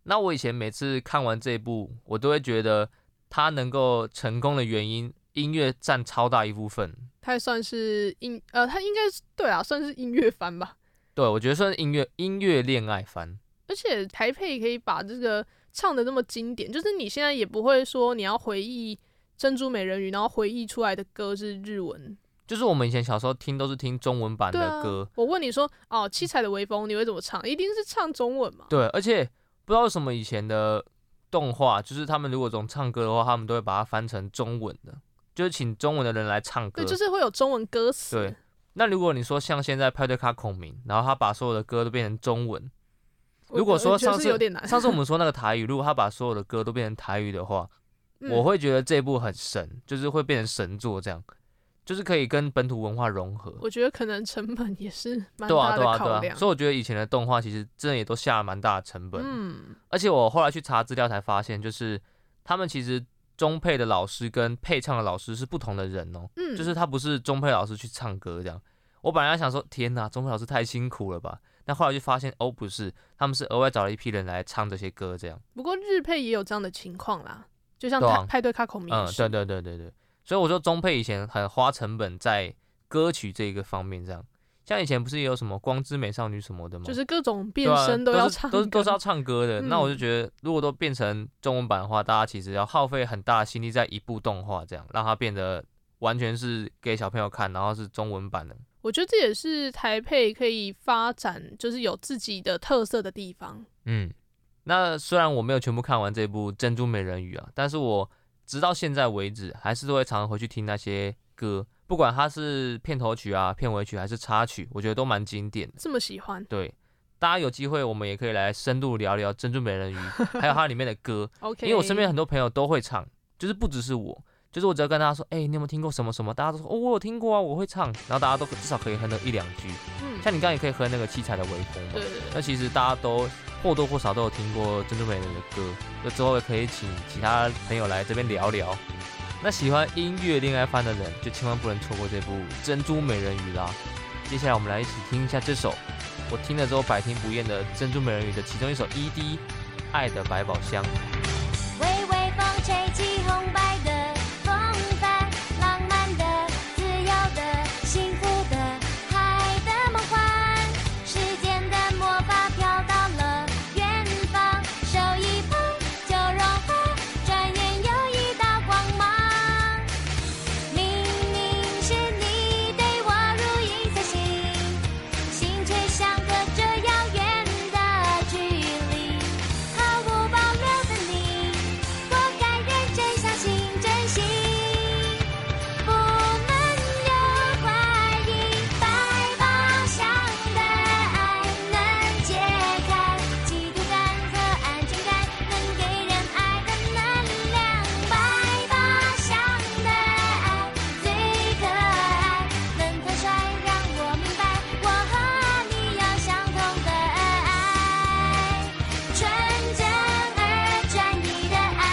那我以前每次看完这一部，我都会觉得它能够成功的原因，音乐占超大一部分。 它算是音呃，它应该是对啊，算是音乐番吧。 对，我觉得算是音乐音乐恋爱番。 而且台配可以把这个唱的那么经典，就是你现在也不会说你要回忆珍珠美人鱼，然后回忆出来的歌是日文。 就是我们以前小时候听都是听中文版的歌。 啊、我问你说，哦，七彩的微风你会怎么唱？一定是唱中文嘛？ 对，而且不知道为什么以前的动画，就是他们如果总唱歌的话，他们都会把它翻成中文的。就是请中文的人来唱歌， 对，就是会有中文歌词。 对，那如果你说像现在派对咖孔明，然后他把所有的歌都变成中文，如果说上次上次我们说那个台语，如果他把所有的歌都变成台语的话，嗯、我会觉得这部很神，就是会变成神作这样，就是可以跟本土文化融合。 我觉得可能成本也是蛮大的考量。对啊，对啊，对啊。 所以我觉得以前的动画其实真的也都下了蛮大的成本。嗯，而且我后来去查资料才发现，就是他们其实。中配的老师跟配唱的老师是不同的人哦，嗯，就是他不是中配老师去唱歌这样。我本来想说，天哪，中配老师太辛苦了吧？但后来就发现，哦，不是，他们是额外找了一批人来唱这些歌这样。 不过日配也有这样的情况啦，就像派、啊、派对咖孔明。 嗯，对对对对对。所以我说中配以前很花成本在歌曲这一个方面这样。像以前不是也有什么光之美少女什么的吗？ 就是各种变身都要唱歌， 啊、都是都是要唱歌的。嗯、那我就觉得，如果都变成中文版的话，大家其实要耗费很大的心力在一部动画这样，让它变得完全是给小朋友看，然后是中文版的。 我觉得这也是台配可以发展，就是有自己的特色的地方。 嗯，那虽然我没有全部看完这部《珍珠美人鱼》啊，但是我直到现在为止，还是都会常常回去听那些歌。不管它是片头曲啊、片尾曲还是插曲，我觉得都蛮经典的。 这么喜欢？ 对，大家有机会我们也可以来深度聊聊《珍珠美人鱼》，还有它里面的歌。 OK， 因为我身边很多朋友都会唱，就是不只是我，就是我只要跟大家说，哎、欸，你有没有听过什么什么？大家都说，哦，我有听过啊，我会唱。然后大家都至少可以哼那一两句。嗯，像你刚刚也可以哼那个七彩的微风嘛。 对对对。 那其实大家都或多或少都有听过《珍珠美人鱼》的歌，那之后也可以请其他朋友来这边聊聊。那喜欢音乐恋爱番的人，就千万不能错过这部《珍珠美人鱼》啦。接下来我们来一起听一下这首我听了之后百听不厌的《珍珠美人鱼》的其中一首 E D《爱的百宝箱》。 微微风吹起红白的风帆，浪漫的、自由的、幸福的、海的梦幻，时间的魔法飘到了远方，手一碰就融化，转眼又一道光芒。明明是你对我如影随形，心却相隔着遥远的距离，毫无保留的你，我该认真相信真心，不能有怀疑。百宝箱的爱能解开嫉妒感和安全感，能给人爱的能量。百宝箱的爱最可爱，能坦率让我明白，我和你有相同的爱，纯真而专一的爱。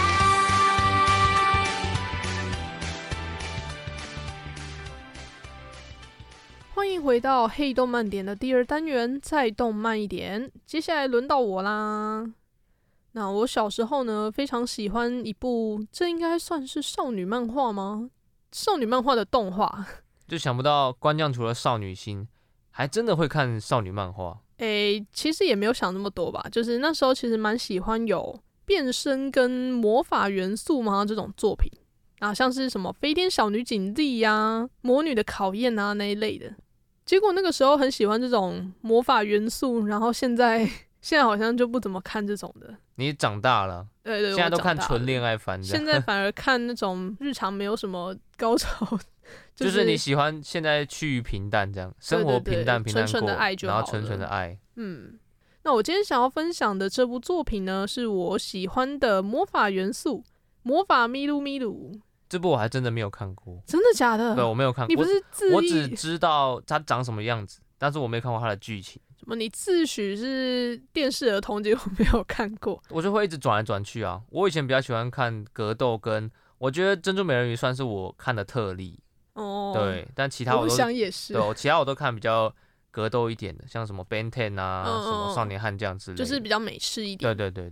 欢迎回到黑动漫点的第二单元，再动慢一点。接下来轮到我啦。那我小时候呢，非常喜欢一部，这应该算是少女漫画吗？少女漫画的动画。 就想不到官将除了少女心，还真的会看少女漫画。 诶，其实也没有想那么多吧，就是那时候其实蛮喜欢有变身跟魔法元素嘛这种作品啊，像是什么飞天小女警力啊、魔女的考验啊那一类的。结果那个时候很喜欢这种魔法元素，然后现在现在好像就不怎么看这种的。 你长大了， 对对， 现在都看纯恋爱番， 现在反而看那种日常没有什么高潮， 就是、就是你喜欢现在趋于平淡这样，生活平淡平淡过， 纯纯的爱就好了， 然后纯纯的爱。 嗯，那我今天想要分享的这部作品呢，是我喜欢的魔法元素——魔法咪噜咪噜。 这部我还真的没有看过。 真的假的？ 对，我没有看过。 你不是自我只知道它长什么样子，但是我没看过它的剧情。 什么？你自诩是电视儿童，结果没有看过？ 我就会一直转来转去啊。我以前比较喜欢看格斗，跟我觉得《珍珠美人鱼》算是我看的特例。 哦， 对，但其他我都我想也是。 对，其他我都看比较格斗一点的，像什么 Ben Ten 啊、 嗯、 什么少年悍将之类的， 就是比较美式一点。 对对对对。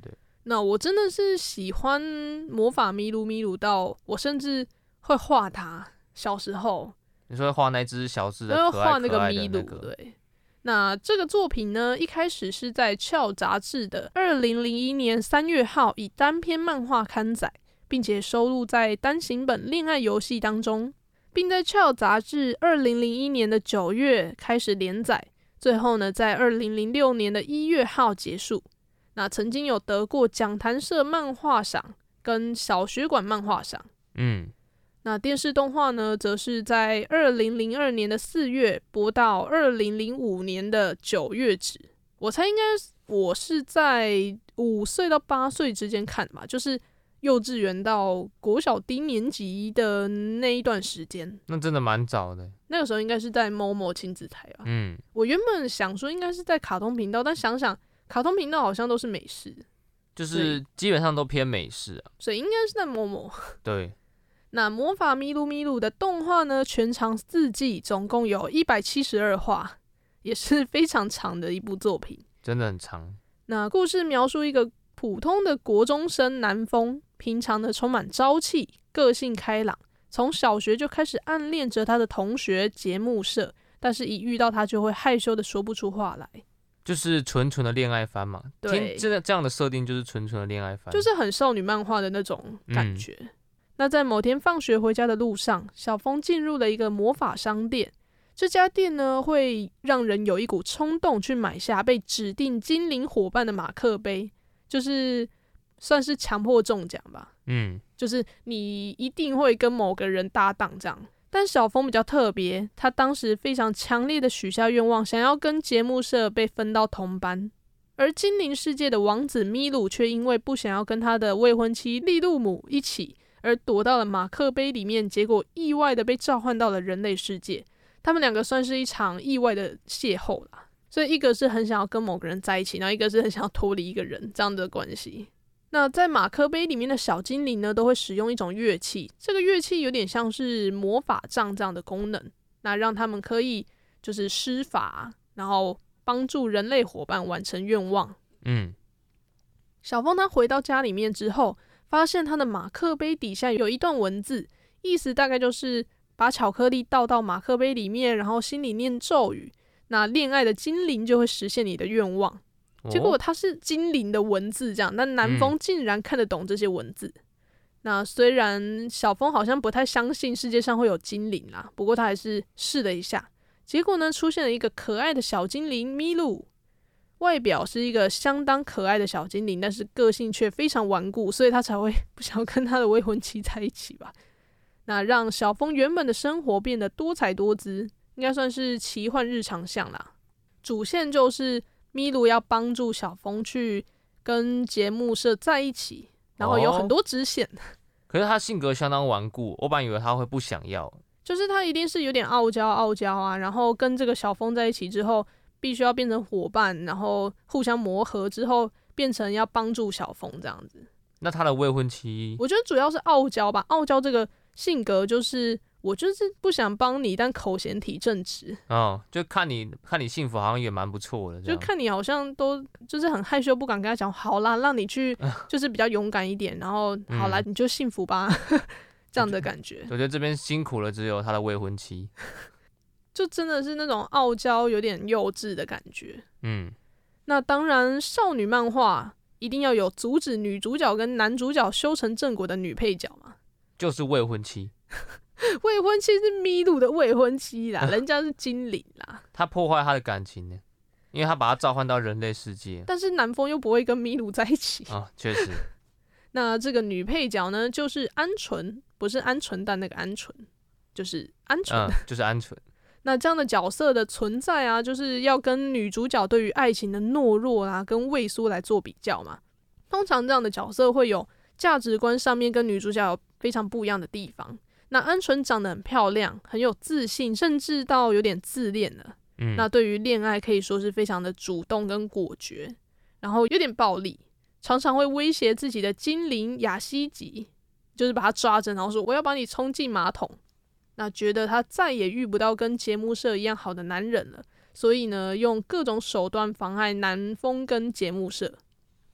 那我真的是喜欢魔法咪路咪路到我甚至会画它。小时候， 你说画那只小只的可爱画那个咪路， 可爱的那个， 对。那这个作品呢，一开始是在《俏》杂志的二零零一年三月号以单篇漫画刊载，并且收录在单行本《恋爱游戏》当中，并在《俏》杂志二零零一年的九月开始连载，最后呢，在二零零六年的一月号结束。那曾经有得过讲谈社漫画赏跟小学馆漫画赏。嗯。那电视动画呢，则是在二零零二年的四月播到二零零五年的九月止。我猜应该我是在五岁到八岁之间看吧，就是幼稚园到国小低年级的那一段时间。 那真的蛮早的。 那个时候应该是在 Momo 亲子台吧。嗯，我原本想说应该是在卡通频道，但想想卡通频道好像都是美式， 就是基本上都偏美式啊， 所以应该是在 Momo。 对。 那魔法咪路咪路的动画呢，全长四季，总共有一百七十二话，也是非常长的一部作品， 真的很长。 那故事描述一个普通的国中生南风，平常呢充满朝气，个性开朗，从小学就开始暗恋着他的同学节目社，但是一遇到他就会害羞的说不出话来， 就是纯纯的恋爱番嘛。 对， 这这样的设定就是纯纯的恋爱番， 就是很少女漫画的那种感觉。嗯，那在某天放学回家的路上，小峰进入了一个魔法商店。这家店呢，会让人有一股冲动去买下被指定精灵伙伴的马克杯，就是算是强迫中奖吧。嗯，就是你一定会跟某个人搭档这样。但小峰比较特别，他当时非常强烈的许下愿望，想要跟节目社被分到同班。而精灵世界的王子咪鲁却因为不想要跟他的未婚妻利露姆一起，而躲到了马克杯里面，结果意外的被召唤到了人类世界。他们两个算是一场意外的邂逅啦，所以一个是很想要跟某个人在一起，然后一个是很想要脱离一个人这样的关系。那在马克杯里面的小精灵呢，都会使用一种乐器，这个乐器有点像是魔法杖这样的功能，那让他们可以就是施法，然后帮助人类伙伴完成愿望。嗯，小峰他回到家里面之后，发现他的马克杯底下有一段文字，意思大概就是把巧克力倒到马克杯里面，然后心里念咒语，那恋爱的精灵就会实现你的愿望。结果它是精灵的文字这样，但南风竟然看得懂这些文字。嗯，那虽然小峰好像不太相信世界上会有精灵啦，不过他还是试了一下。结果呢，出现了一个可爱的小精灵咪路，外表是一个相当可爱的小精灵，但是个性却非常顽固，所以他才会不想跟他的未婚妻在一起吧。那让小峰原本的生活变得多彩多姿，应该算是奇幻日常向啦。主线就是咪路要帮助小峰去跟节目社在一起，然后有很多支线。哦， 可是他性格相当顽固，我本来以为他会不想要。 就是他一定是有点傲娇傲娇啊，然后跟这个小峰在一起之后，必须要变成伙伴，然后互相磨合之后，变成要帮助小峰这样子。 那他的未婚妻， 我觉得主要是傲娇吧。傲娇这个性格就是我就是不想帮你，但口嫌体正直。 哦，就看你看你幸福，好像也蛮不错的。 就看你好像都就是很害羞，不敢跟他讲。好啦，让你去，就是比较勇敢一点，然后好啦，嗯，你就幸福吧。这样的感觉。 我觉得这边辛苦了，只有他的未婚妻。 就真的是那种傲娇、有点幼稚的感觉。嗯，那当然，少女漫画一定要有阻止女主角跟男主角修成正果的女配角嘛， 就是未婚妻。 未婚妻是咪路的未婚妻啦，人家是精灵啦。 他破坏他的感情呢，因为他把他召唤到人类世界。 但是南风又不会跟咪路在一起啊，确实。 那这个女配角呢，就是鹌鹑，不是鹌鹑蛋那个鹌鹑，就是鹌鹑， 嗯，就是鹌鹑。 那这样的角色的存在啊，就是要跟女主角对于爱情的懦弱啊，跟畏缩来做比较嘛。通常这样的角色会有价值观上面跟女主角有非常不一样的地方。那鹌鹑长得很漂亮，很有自信，甚至到有点自恋了。嗯，那对于恋爱可以说是非常的主动跟果决，然后有点暴力，常常会威胁自己的精灵雅西吉，就是把他抓着，然后说我要把你冲进马桶。那觉得他再也遇不到跟节目社一样好的男人了，所以呢，用各种手段妨碍南风跟节目社。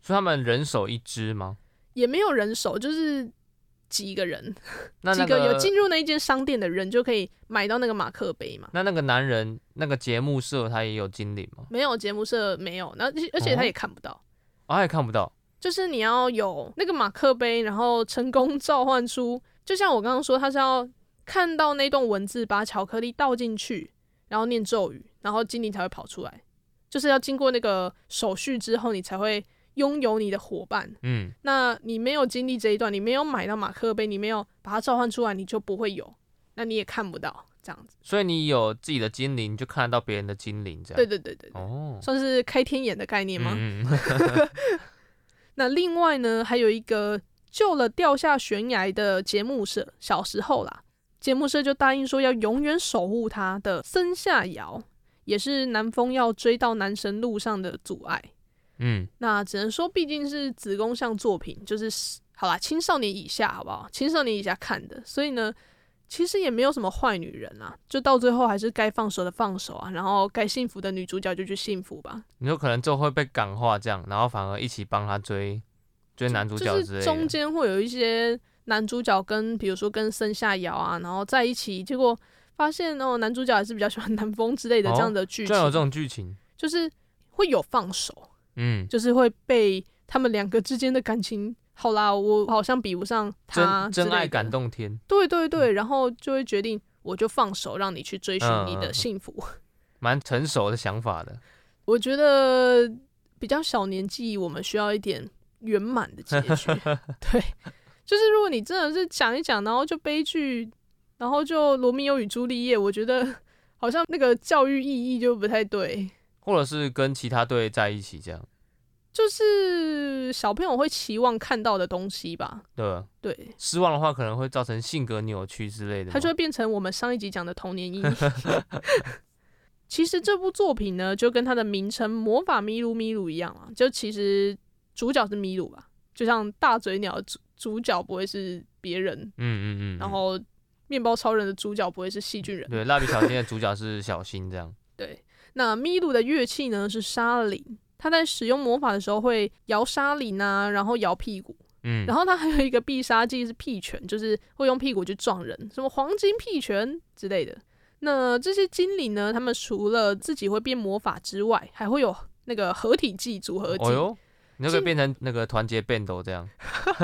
所以他们人手一支吗？ 也没有人手，就是几个人， 那那几个有进入那一间商店的人就可以买到那个马克杯嘛。 那那个男人那个节目社他也有精灵吗？ 没有，节目社没有，那而且他也看不到， 哦，他也看不到。 就是你要有那个马克杯，然后成功召唤出，就像我刚刚说，他是要看到那段文字，把巧克力倒进去，然后念咒语，然后精灵才会跑出来，就是要经过那个手续之后，你才会拥有你的伙伴。 嗯， 那你没有经历这一段，你没有买到马克杯，你没有把它召唤出来，你就不会有，那你也看不到这样子。 所以你有自己的精灵，就看得到别人的精灵，这样。 对对对对对， 哦， 算是开天眼的概念吗？ 嗯那另外呢，还有一个救了掉下悬崖的节目社，小时候啦，节目社就答应说要永远守护他的森下遥，也是南风要追到男神路上的阻碍。 嗯， 那只能说毕竟是子宫向作品，就是好啦，青少年以下好不好？青少年以下看的，所以呢，其实也没有什么坏女人啊，就到最后还是该放手的放手啊，然后该幸福的女主角就去幸福吧。 你说可能就会被感化这样，然后反而一起帮他追追男主角之类的。 就是中间会有一些男主角跟比如说跟森下遥啊，然后在一起，结果发现哦，男主角还是比较喜欢南风之类的这样的剧情， 居然有这种剧情， 就是会有放手， 嗯， 就是会被他们两个之间的感情。好啦，我好像比不上他真真爱感动天。 对对对，然后就会决定，我就放手，让你去追寻你的幸福。 蛮、嗯嗯、成熟的想法的。 我觉得比较小年纪，我们需要一点圆满的结局。对，就是如果你真的是讲一讲，然后就悲剧，然后就罗密欧与朱丽叶，我觉得好像那个教育意义就不太对。 或者是跟其他队在一起这样。 就是小朋友会期望看到的东西吧。 对对， 失望的话可能会造成性格扭曲之类的， 它就会变成我们上一集讲的童年阴影。其实这部作品呢，就跟它的名称魔法咪路咪路一样啊，就其实主角是咪路吧，就像大嘴鸟的主主角不会是别人， 嗯嗯嗯， 然后面包超人的主角不会是细菌人， 对，蜡笔小新的主角是小新这样。 对，那咪路的乐器呢是沙铃，他在使用魔法的时候会摇沙铃啊，然后摇屁股，嗯，然后他还有一个必杀技是屁拳，就是会用屁股去撞人，什么黄金屁拳之类的。那这些精灵呢，他们除了自己会变魔法之外，还会有那个合体技、组合技。 哦哟，你就可以变成那个团结 band 这样。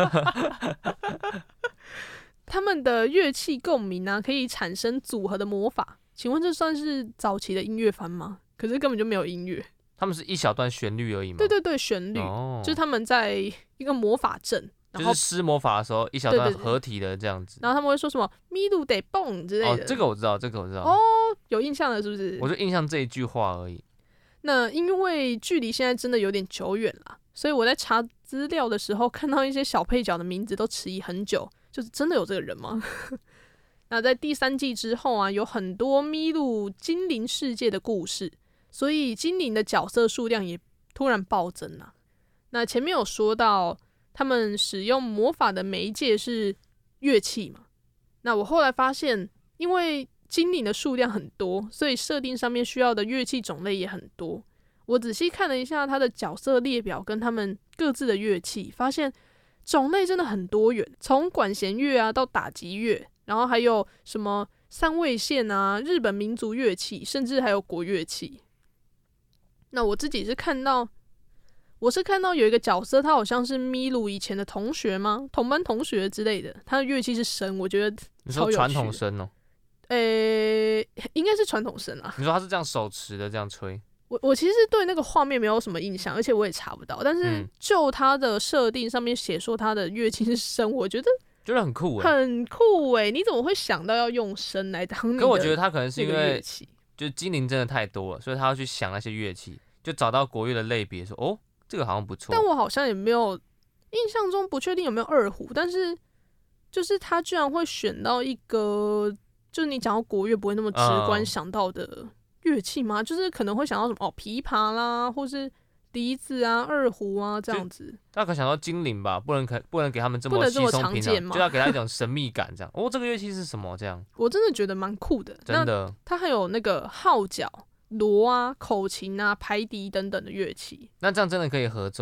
他们的乐器共鸣啊，可以产生组合的魔法。请问这算是早期的音乐番吗？可是根本就没有音乐。 他们是一小段旋律而已吗？ 对对对，旋律、哦、就是他们在一个魔法阵，然后就是施魔法的时候一小段合体的这样子。 对对对，然后他们会说什么咪路得蹦之类的。 哦，这个我知道，这个我知道。 哦，有印象了是不是？ 我就印象这一句话而已。 那因为距离现在真的有点久远了，所以我在查资料的时候看到一些小配角的名字都迟疑很久，就是真的有这个人吗？那在第三季之后啊，有很多咪路精灵世界的故事。所以精灵的角色数量也突然暴增啊。那前面有说到他们使用魔法的媒介是乐器嘛，那我后来发现因为精灵的数量很多，所以设定上面需要的乐器种类也很多。我仔细看了一下他的角色列表跟他们各自的乐器，发现种类真的很多元，从管弦乐啊到打击乐，然后还有什么三味线啊、日本民族乐器，甚至还有国乐器。那我自己是看到，我是看到有一个角色，他好像是咪路以前的同学吗？同班同学之类的，他的乐器是笙，我觉得超有趣的。 你说传统笙哦？ 诶、欸，应该是传统笙啊。 你说他是这样手持的这样吹？ 我我其实对那个画面没有什么印象，而且我也查不到。但是就他的设定上面写说他的乐器是笙，我觉得觉得很酷哎、欸，很酷哎、欸！你怎么会想到要用笙来当你的？ 可我觉得他可能是因为就是精灵真的太多了，所以他要去想那些乐器，就找到国乐的类别，说哦，这个好像不错。 但我好像也没有印象中不确定有没有二胡，但是就是他居然会选到一个，就是你讲到国乐不会那么直观想到的乐器吗？嗯、就是可能会想到什么哦，琵琶啦，或是笛子啊、二胡啊这样子。 他可能想到精灵吧，不能可不能给他们这么稀松平常，就要给他一种神秘感，这样。哦，这个乐器是什么？这样。 我真的觉得蛮酷的， 真的。 他还有那个号角、锣啊、口琴啊、排笛等等的乐器。 那这样真的可以合奏哎。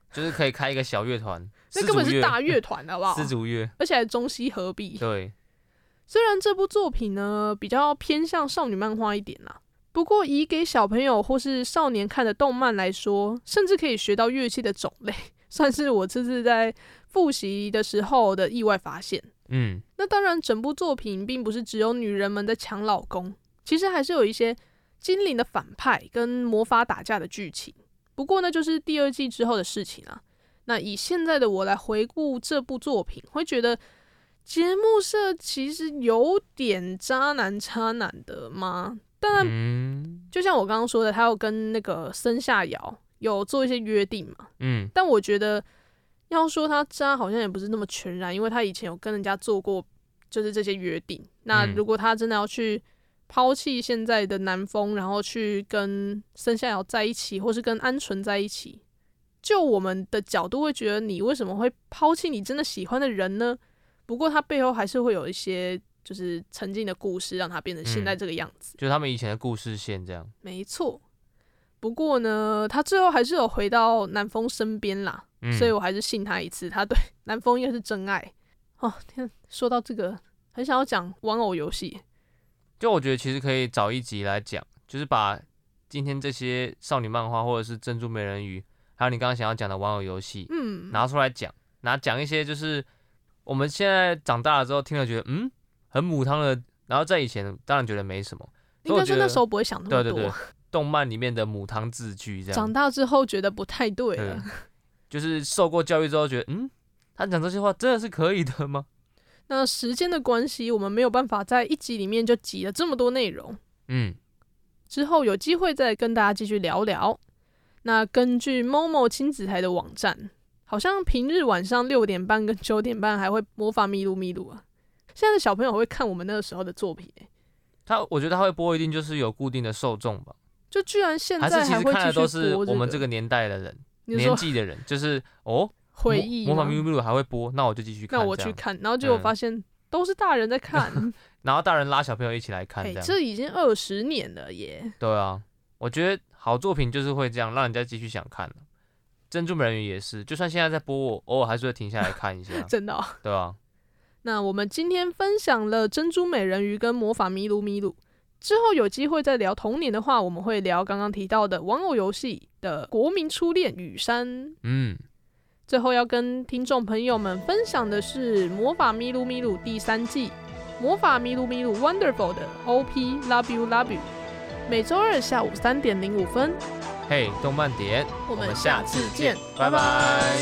就是可以开一个小乐团， 那根本是大乐团，好不好？ 丝竹乐， 而且还中西合璧。 对， 虽然这部作品呢比较偏向少女漫画一点啦，不过以给小朋友或是少年看的动漫来说，甚至可以学到乐器的种类，算是我这次在复习的时候的意外发现。 嗯， 那当然，整部作品并不是只有女人们在抢老公，其实还是有一些精灵的反派跟魔法打架的剧情。不过呢，就是第二季之后的事情啊。那以现在的我来回顾这部作品，会觉得节目社其实有点渣男渣男的吗？当然， 嗯、 就像我刚刚说的，他有跟那个森下遥有做一些约定嘛。 嗯， 但我觉得要说他渣，好像也不是那么全然，因为他以前有跟人家做过就是这些约定。那如果他真的要去抛弃现在的南风，然后去跟森下遥在一起，或是跟安纯在一起，就我们的角度会觉得，你为什么会抛弃你真的喜欢的人呢？不过他背后还是会有一些就是曾经的故事，让他变成现在这个样子。 嗯、就他们以前的故事线这样。 没错。不过呢，他最后还是有回到南风身边啦、嗯，所以我还是信他一次，他对南风应该是真爱。哦天，说到这个，很想要讲玩偶游戏。 就我觉得其实可以找一集来讲，就是把今天这些少女漫画或者是珍珠美人鱼，还有你刚刚想要讲的玩偶游戏， 嗯， 拿出来讲，拿讲一些就是我们现在长大了之后听了觉得嗯很母汤的，然后在以前当然觉得没什么， 应该是那时候不会想那么多。 对对对，动漫里面的母汤字句这样。 长大之后觉得不太对了， 就是受过教育之后觉得嗯，他讲这些话真的是可以的吗？ 那时间的关系，我们没有办法在一集里面就挤了这么多内容。 嗯， 之后有机会再跟大家继续聊聊。那根据 Momo 亲子台的网站，好像平日晚上六点半跟九点半还会魔法咪噜咪噜啊。现在的小朋友会看我们那个时候的作品、欸、 他我觉得他会播一定就是有固定的受众吧。 就居然现在还是其实看的都是这个、 我们这个年代的人，年纪的人，就是哦。 回忆魔法咪噜咪噜还会播，那我就继续看。 那我去看，然后结果发现都是大人在看，嗯、 然后大人拉小朋友一起来看，这样。 欸、这已经二十年了耶。 对啊，我觉得好作品就是会这样，让人家继续想看。珍珠美人鱼也是，就算现在在播，我偶尔还是会停下来看一下。 真的、哦。 对啊。 那我们今天分享了珍珠美人鱼跟魔法咪噜咪噜，之后有机会再聊童年的话，我们会聊刚刚提到的玩偶游戏的国民初恋羽山。 嗯。 最后要跟听众朋友们分享的是《魔法咪噜咪噜》第三季《魔法咪噜咪噜 Wonderful》的 O P Love You Love You， 每周二下午三点零五分。 嘿，动漫点， 我们下次见， 拜拜。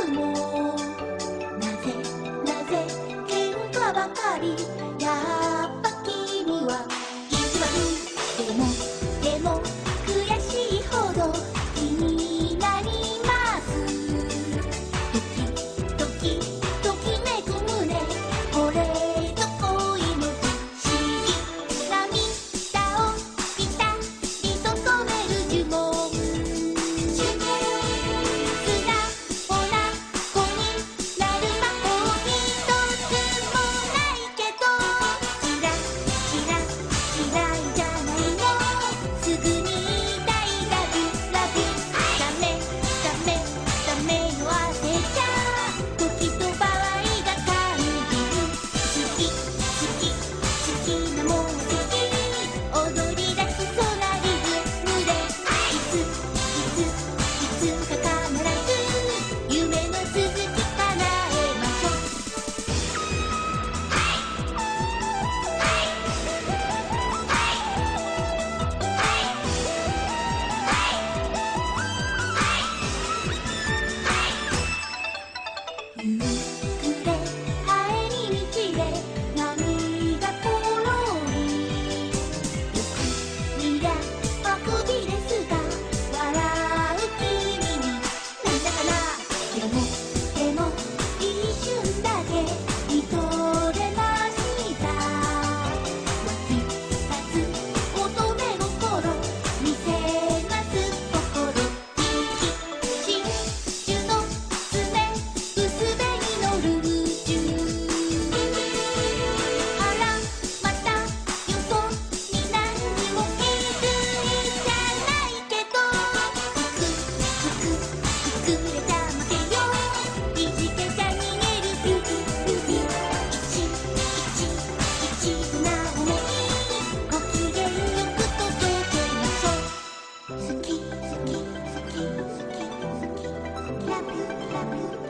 ばかりやっ Love you, love you.